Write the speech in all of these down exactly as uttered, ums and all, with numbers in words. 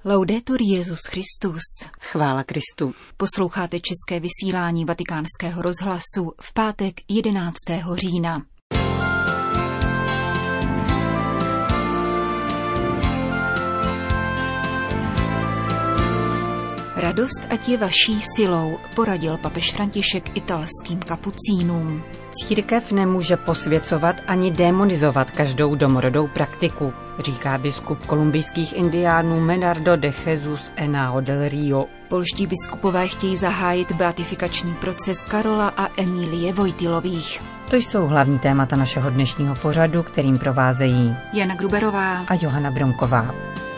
Laudetur Jesus Christus. Chvála Kristu. Posloucháte české vysílání Vatikánského rozhlasu v pátek jedenáctého října. Radost ať je vaší silou, poradil papež František italským kapucínům. Církev nemůže posvěcovat ani démonizovat každou domorodou praktiku, říká biskup kolumbijských indiánů Menardo de Jesus Henao del Rio. Polští biskupové chtějí zahájit beatifikační proces Karola a Emílie Vojtilových. To jsou hlavní témata našeho dnešního pořadu, kterým provázejí Jana Gruberová a Johana Bronková.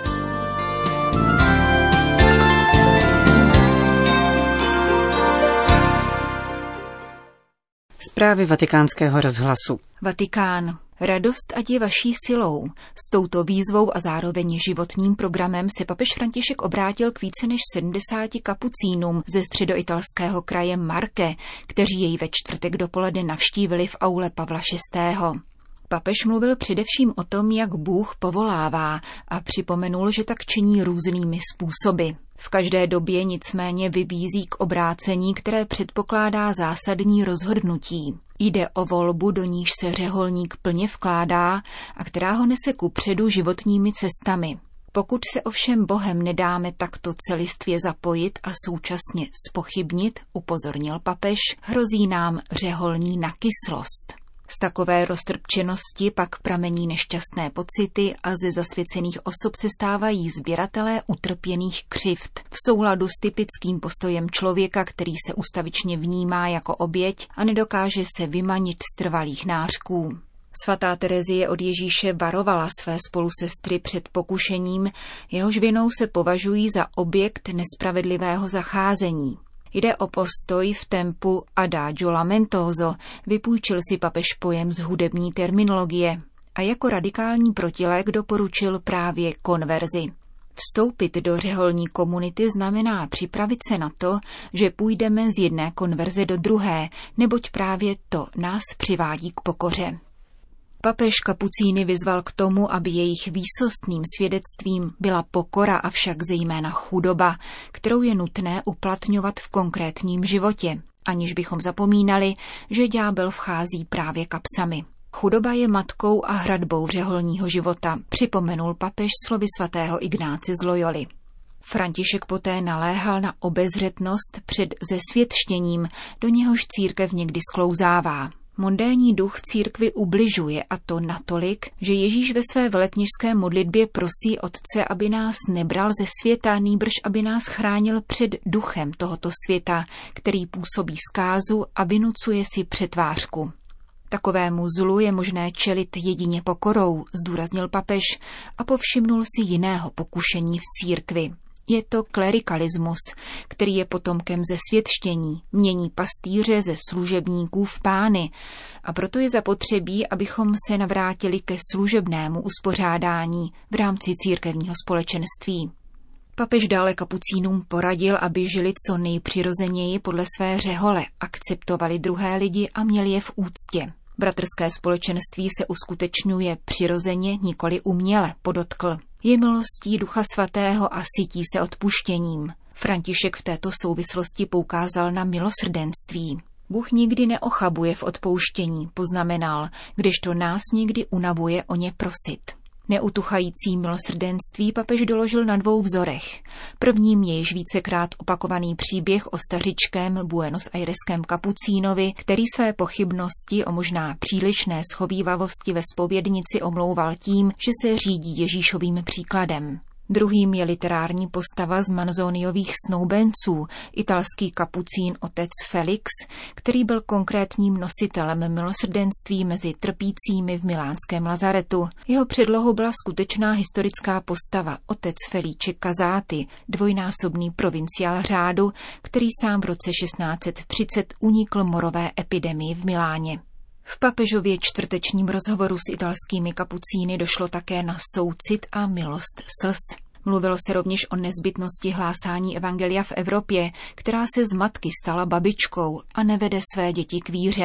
Zprávy Vatikánského rozhlasu. Vatikán. Radost ať je vaší silou. S touto výzvou a zároveň životním programem se papež František obrátil k více než sedmdesáti kapucínům ze středoitalského kraje Marke, kteří jej ve čtvrtek dopoledne navštívili v aule Pavla šestého. Papež mluvil především o tom, jak Bůh povolává a připomenul, že tak činí různými způsoby. V každé době nicméně vybízí k obrácení, které předpokládá zásadní rozhodnutí. Jde o volbu, do níž se řeholník plně vkládá a která ho nese kupředu životními cestami. Pokud se ovšem Bohem nedáme takto celistvě zapojit a současně zpochybnit, upozornil papež, hrozí nám řeholní nakyslost. Z takové roztrpčenosti pak pramení nešťastné pocity a ze zasvěcených osob se stávají sběratelé utrpěných křivd v souladu s typickým postojem člověka, který se ustavičně vnímá jako oběť a nedokáže se vymanit z trvalých nářků. Svatá Terezie od Ježíše varovala své spolusestry před pokušením, jehož vinou se považují za objekt nespravedlivého zacházení. Jde o postoj v tempu adagio lamentoso, vypůjčil si papež pojem z hudební terminologie a jako radikální protilek doporučil právě konverzi. Vstoupit do řeholní komunity znamená připravit se na to, že půjdeme z jedné konverze do druhé, neboť právě to nás přivádí k pokoře. Papež kapucíny vyzval k tomu, aby jejich výsostným svědectvím byla pokora, avšak zejména chudoba, kterou je nutné uplatňovat v konkrétním životě, aniž bychom zapomínali, že ďábel vchází právě kapsami. Chudoba je matkou a hradbou řeholního života, připomenul papež slovy svatého Ignáce z Loyoly. František poté naléhal na obezřetnost před zesvětštěním, do něhož církev někdy sklouzává. Mondénní duch církvi ubližuje, a to natolik, že Ježíš ve své velekněžské modlitbě prosí Otce, aby nás nebral ze světa, nýbrž aby nás chránil před duchem tohoto světa, který působí zkázu a vynucuje si přetvářku. Takovému zlu je možné čelit jedině pokorou, zdůraznil papež a povšimnul si jiného pokušení v církvi. Je to klerikalismus, který je potomkem zesvětštění, mění pastýře ze služebníků v pány a proto je zapotřebí, abychom se navrátili ke služebnému uspořádání v rámci církevního společenství. Papež dále kapucínům poradil, aby žili co nejpřirozeněji podle své řehole, akceptovali druhé lidi a měli je v úctě. Bratrské společenství se uskutečňuje přirozeně, nikoli uměle, podotkl. Je milostí Ducha Svatého a sytí se odpuštěním. František v této souvislosti poukázal na milosrdenství. Bůh nikdy neochabuje v odpouštění, poznamenal, kdežto nás někdy unavuje o ně prosit. Neutuchající milosrdenství papež doložil na dvou vzorech. Prvním je již vícekrát opakovaný příběh o stařičkém Buenos Aireském kapucínovi, který své pochybnosti o možná přílišné schovívavosti ve zpovědnici omlouval tím, že se řídí Ježíšovým příkladem. Druhým je literární postava z Manzoniových snoubenců, italský kapucín otec Felix, který byl konkrétním nositelem milosrdenství mezi trpícími v milánském lazaretu. Jeho předlohou byla skutečná historická postava, otec Felice Casati, dvojnásobný provinciál řádu, který sám v roce šestnáct set třicet unikl morové epidemii v Miláně. V papežově čtvrtečním rozhovoru s italskými kapucíny došlo také na soucit a milost slz. Mluvilo se rovněž o nezbytnosti hlásání evangelia v Evropě, která se z matky stala babičkou a nevede své děti k víře.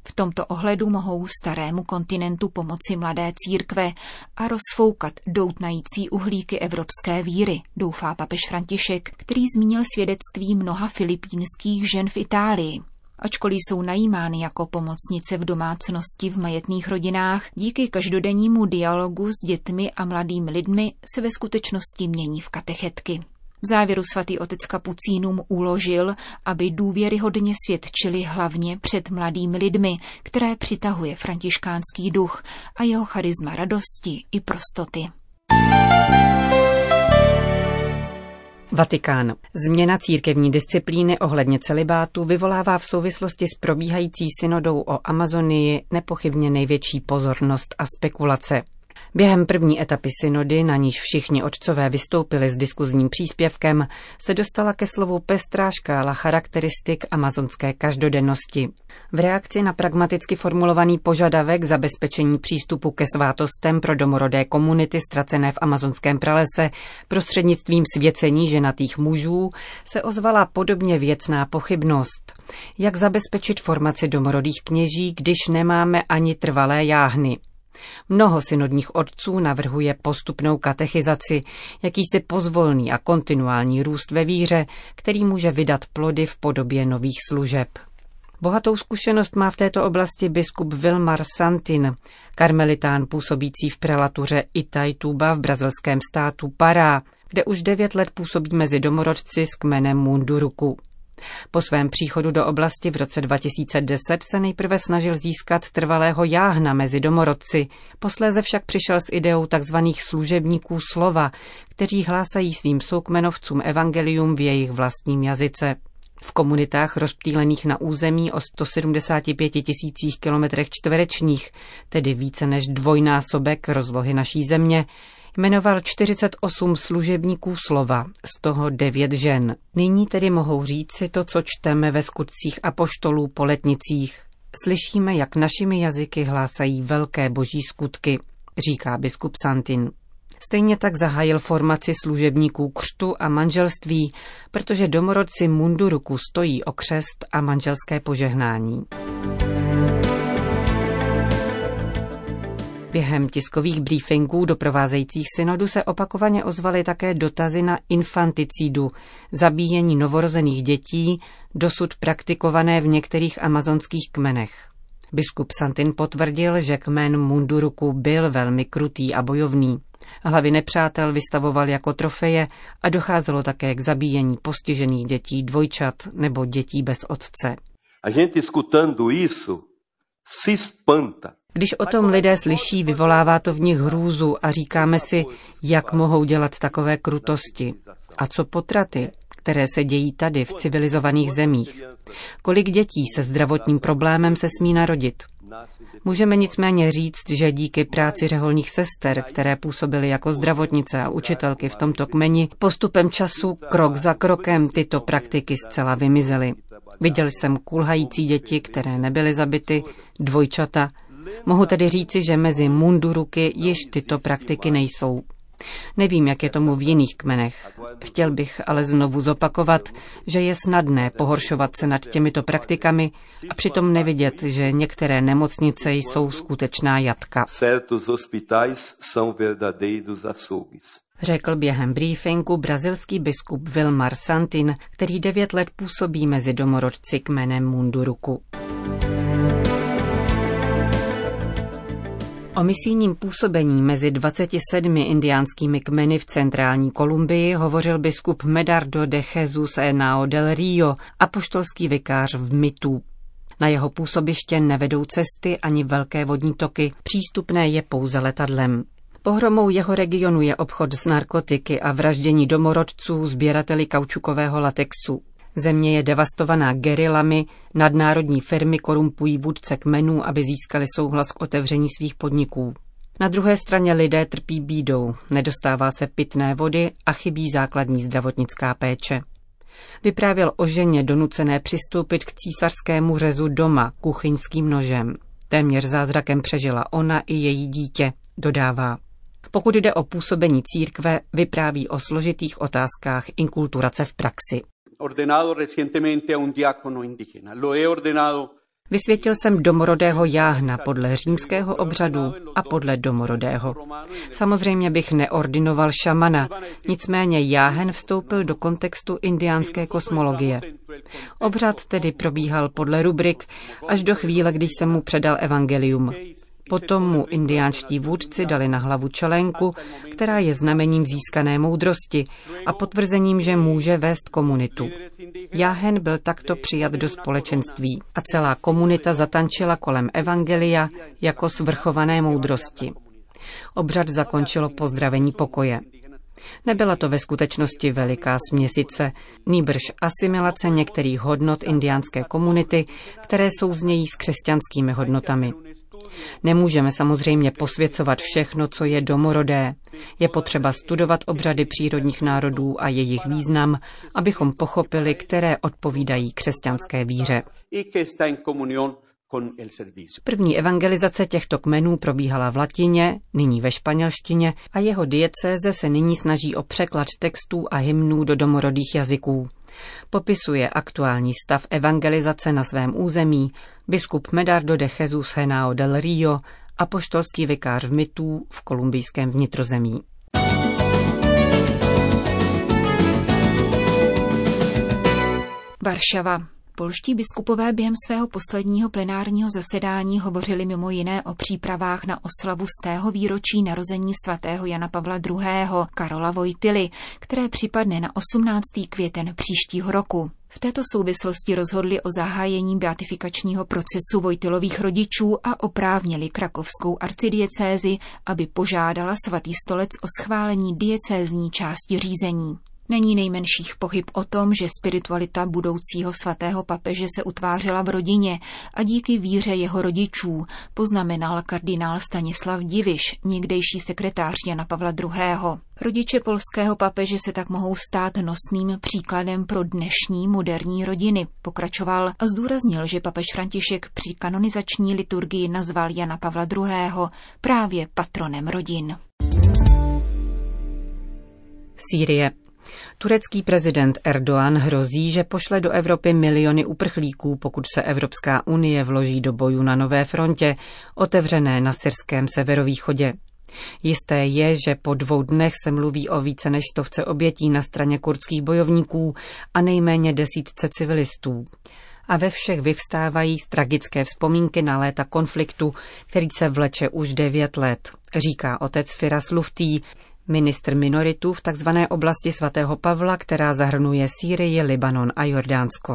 V tomto ohledu mohou starému kontinentu pomoci mladé církve a rozfoukat doutnající uhlíky evropské víry, doufá papež František, který zmínil svědectví mnoha filipínských žen v Itálii. Ačkoliv jsou najímány jako pomocnice v domácnosti v majetných rodinách, díky každodennímu dialogu s dětmi a mladými lidmi se ve skutečnosti mění v katechetky. V závěru svatý otec kapucínům uložil, aby důvěryhodně svědčili hlavně před mladými lidmi, které přitahuje františkánský duch a jeho charisma radosti i prostoty. Vatikán. Změna církevní disciplíny ohledně celibátu vyvolává v souvislosti s probíhající synodou o Amazonii nepochybně největší pozornost a spekulace. Během první etapy synody, na níž všichni otcové vystoupili s diskuzním příspěvkem, se dostala ke slovu pestrá škála charakteristik amazonské každodennosti. V reakci na pragmaticky formulovaný požadavek zabezpečení přístupu ke svátostem pro domorodé komunity ztracené v amazonském pralese prostřednictvím svěcení ženatých mužů se ozvala podobně věcná pochybnost. Jak zabezpečit formaci domorodých kněží, když nemáme ani trvalé jáhny? Mnoho synodních otců navrhuje postupnou katechizaci, jakýsi pozvolný a kontinuální růst ve víře, který může vydat plody v podobě nových služeb. Bohatou zkušenost má v této oblasti biskup Vilmar Santin, karmelitán působící v prelatuře Itaituba v brazilském státu Pará, kde už devět let působí mezi domorodci s kmenem Munduruku. Po svém příchodu do oblasti v roce dva tisíce deset se nejprve snažil získat trvalého jáhna mezi domorodci, posléze však přišel s ideou tzv. Služebníků slova, kteří hlásají svým soukmenovcům evangelium v jejich vlastním jazyce. V komunitách rozptýlených na území o sto sedmdesát pět tisících kilometrech čtverečních, tedy více než dvojnásobek rozlohy naší země, jmenoval čtyřicet osm služebníků slova, z toho devět žen. Nyní tedy mohou říci to, co čteme ve skutcích apoštolů po letnicích. Slyšíme, jak našimi jazyky hlásají velké boží skutky, říká biskup Santin. Stejně tak zahájil formaci služebníků křtu a manželství, protože domorodci Munduruku stojí o křest a manželské požehnání. Během tiskových briefingů doprovázejících synodu se opakovaně ozvaly také dotazy na infanticidu, zabíjení novorozených dětí, dosud praktikované v některých amazonských kmenech. Biskup Santin potvrdil, že kmen Munduruku byl velmi krutý a bojovný. Hlavy nepřátel vystavoval jako trofeje a docházelo také k zabíjení postižených dětí dvojčat nebo dětí bez otce. A gente escutando isso se espanta. Když o tom lidé slyší, vyvolává to v nich hrůzu a říkáme si, jak mohou dělat takové krutosti. A co potraty, které se dějí tady v civilizovaných zemích? Kolik dětí se zdravotním problémem se smí narodit? Můžeme nicméně říct, že díky práci řeholních sester, které působily jako zdravotnice a učitelky v tomto kmeni, postupem času, krok za krokem, tyto praktiky zcela vymizely. Viděl jsem kulhající děti, které nebyly zabity, dvojčata. Mohu tedy říci, že mezi Munduruky již tyto praktiky nejsou. Nevím, jak je tomu v jiných kmenech. Chtěl bych ale znovu zopakovat, že je snadné pohoršovat se nad těmito praktikami a přitom nevidět, že některé nemocnice jsou skutečná jatka. Řekl během briefingu brazilský biskup Vilmar Santin, který devět let působí mezi domorodci kmenem Munduruku. O misijním působení mezi dvaceti sedmi indiánskými kmeny v centrální Kolumbii hovořil biskup Medardo de Jesus Henao del Rio, apoštolský vikář v Mitu. Na jeho působiště nevedou cesty ani velké vodní toky, přístupné je pouze letadlem. Pohromou jeho regionu je obchod s narkotiky a vraždění domorodců sběrateli kaučukového latexu. Země je devastovaná gerilami, nadnárodní firmy korumpují vůdce kmenů, aby získali souhlas k otevření svých podniků. Na druhé straně lidé trpí bídou, nedostává se pitné vody a chybí základní zdravotnická péče. Vyprávěl o ženě donucené přistoupit k císařskému řezu doma kuchyňským nožem. Téměř zázrakem přežila ona i její dítě, dodává. Pokud jde o působení církve, vypráví o složitých otázkách inkulturace v praxi. Vysvětil jsem domorodého jáhna podle římského obřadu a podle domorodého. Samozřejmě bych neordinoval šamana, nicméně jáhen vstoupil do kontextu indiánské kosmologie. Obřad tedy probíhal podle rubrik až do chvíle, když jsem mu předal evangelium. Potom mu indiánští vůdci dali na hlavu čelenku, která je znamením získané moudrosti a potvrzením, že může vést komunitu. Jáhen byl takto přijat do společenství a celá komunita zatančila kolem evangelia jako svrchované moudrosti. Obřad zakončilo pozdravení pokoje. Nebyla to ve skutečnosti veliká směsice, nýbrž asimilace některých hodnot indiánské komunity, které souznějí s křesťanskými hodnotami. Nemůžeme samozřejmě posvěcovat všechno, co je domorodé. Je potřeba studovat obřady přírodních národů a jejich význam, abychom pochopili, které odpovídají křesťanské víře. První evangelizace těchto kmenů probíhala v latině, nyní ve španělštině a jeho diecéze se nyní snaží o překlad textů a hymnů do domorodých jazyků. Popisuje aktuální stav evangelizace na svém území biskup Medardo de Jesus Henao del Rio, apoštolský vikář v Mitú v kolumbijském vnitrozemí. Varšava. Polští biskupové během svého posledního plenárního zasedání hovořili mimo jiné o přípravách na oslavu stého výročí narození svatého Jana Pavla druhého. Karola Wojtyly, které připadne na osmnáctého květen příštího roku. V této souvislosti rozhodli o zahájení beatifikačního procesu Wojtylových rodičů a oprávnili krakovskou arcidiecézi, aby požádala svatý stolec o schválení diecézní části řízení. Není nejmenších pochyb o tom, že spiritualita budoucího svatého papeže se utvářela v rodině a díky víře jeho rodičů, poznamenal kardinál Stanislav Diviš, někdejší sekretář Jana Pavla druhého. Rodiče polského papeže se tak mohou stát nosným příkladem pro dnešní moderní rodiny, pokračoval a zdůraznil, že papež František při kanonizační liturgii nazval Jana Pavla druhého právě patronem rodin. Sýrie. Turecký prezident Erdogan hrozí, že pošle do Evropy miliony uprchlíků, pokud se Evropská unie vloží do bojů na nové frontě, otevřené na syrském severovýchodě. Jisté je, že po dvou dnech se mluví o více než stovce obětí na straně kurdských bojovníků a nejméně desítce civilistů. A ve všech vyvstávají tragické vzpomínky na léta konfliktu, který se vleče už devět let, říká otec Firas Luftý, ministr minoritů v tzv. Oblasti svatého Pavla, která zahrnuje Sýrii, Libanon a Jordánsko.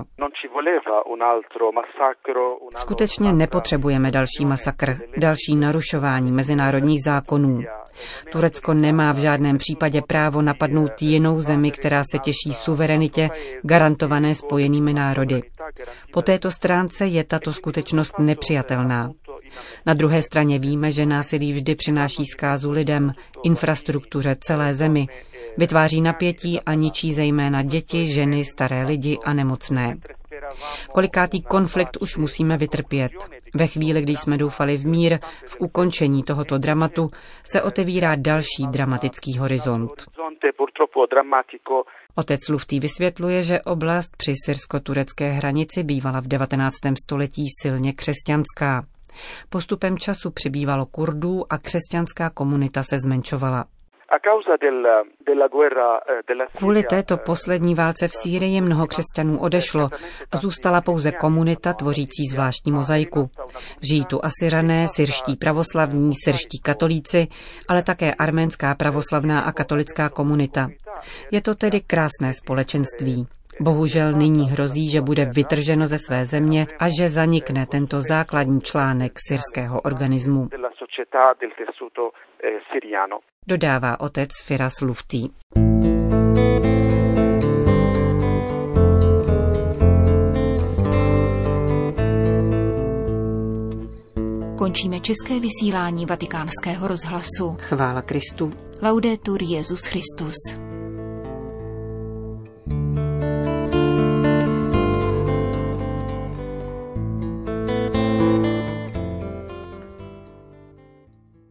Skutečně nepotřebujeme další masakr, další narušování mezinárodních zákonů. Turecko nemá v žádném případě právo napadnout jinou zemi, která se těší suverenitě garantované Spojenými národy. Po této stránce je tato skutečnost nepřijatelná. Na druhé straně víme, že násilí vždy přináší zkázu lidem, infrastruktuře, celé zemi, vytváří napětí a ničí zejména děti, ženy, staré lidi a nemocné. Kolikátý konflikt už musíme vytrpět. Ve chvíli, kdy jsme doufali v mír, v ukončení tohoto dramatu, se otevírá další dramatický horizont. Otec Luftý vysvětluje, že oblast při syrsko-turecké hranici bývala v devatenáctém století silně křesťanská. Postupem času přibývalo Kurdů a křesťanská komunita se zmenšovala. Kvůli této poslední válce v Sýrii mnoho křesťanů odešlo a zůstala pouze komunita tvořící zvláštní mozaiku. Žijí tu Asyřané, syrští pravoslavní, syrští katolíci, ale také arménská pravoslavná a katolická komunita. Je to tedy krásné společenství. Bohužel nyní hrozí, že bude vytrženo ze své země a že zanikne tento základní článek syrského organismu. Dodává otec Firas Luftý. Končíme české vysílání Vatikánského rozhlasu. Chvála Kristu. Laudetur Jesus Christus.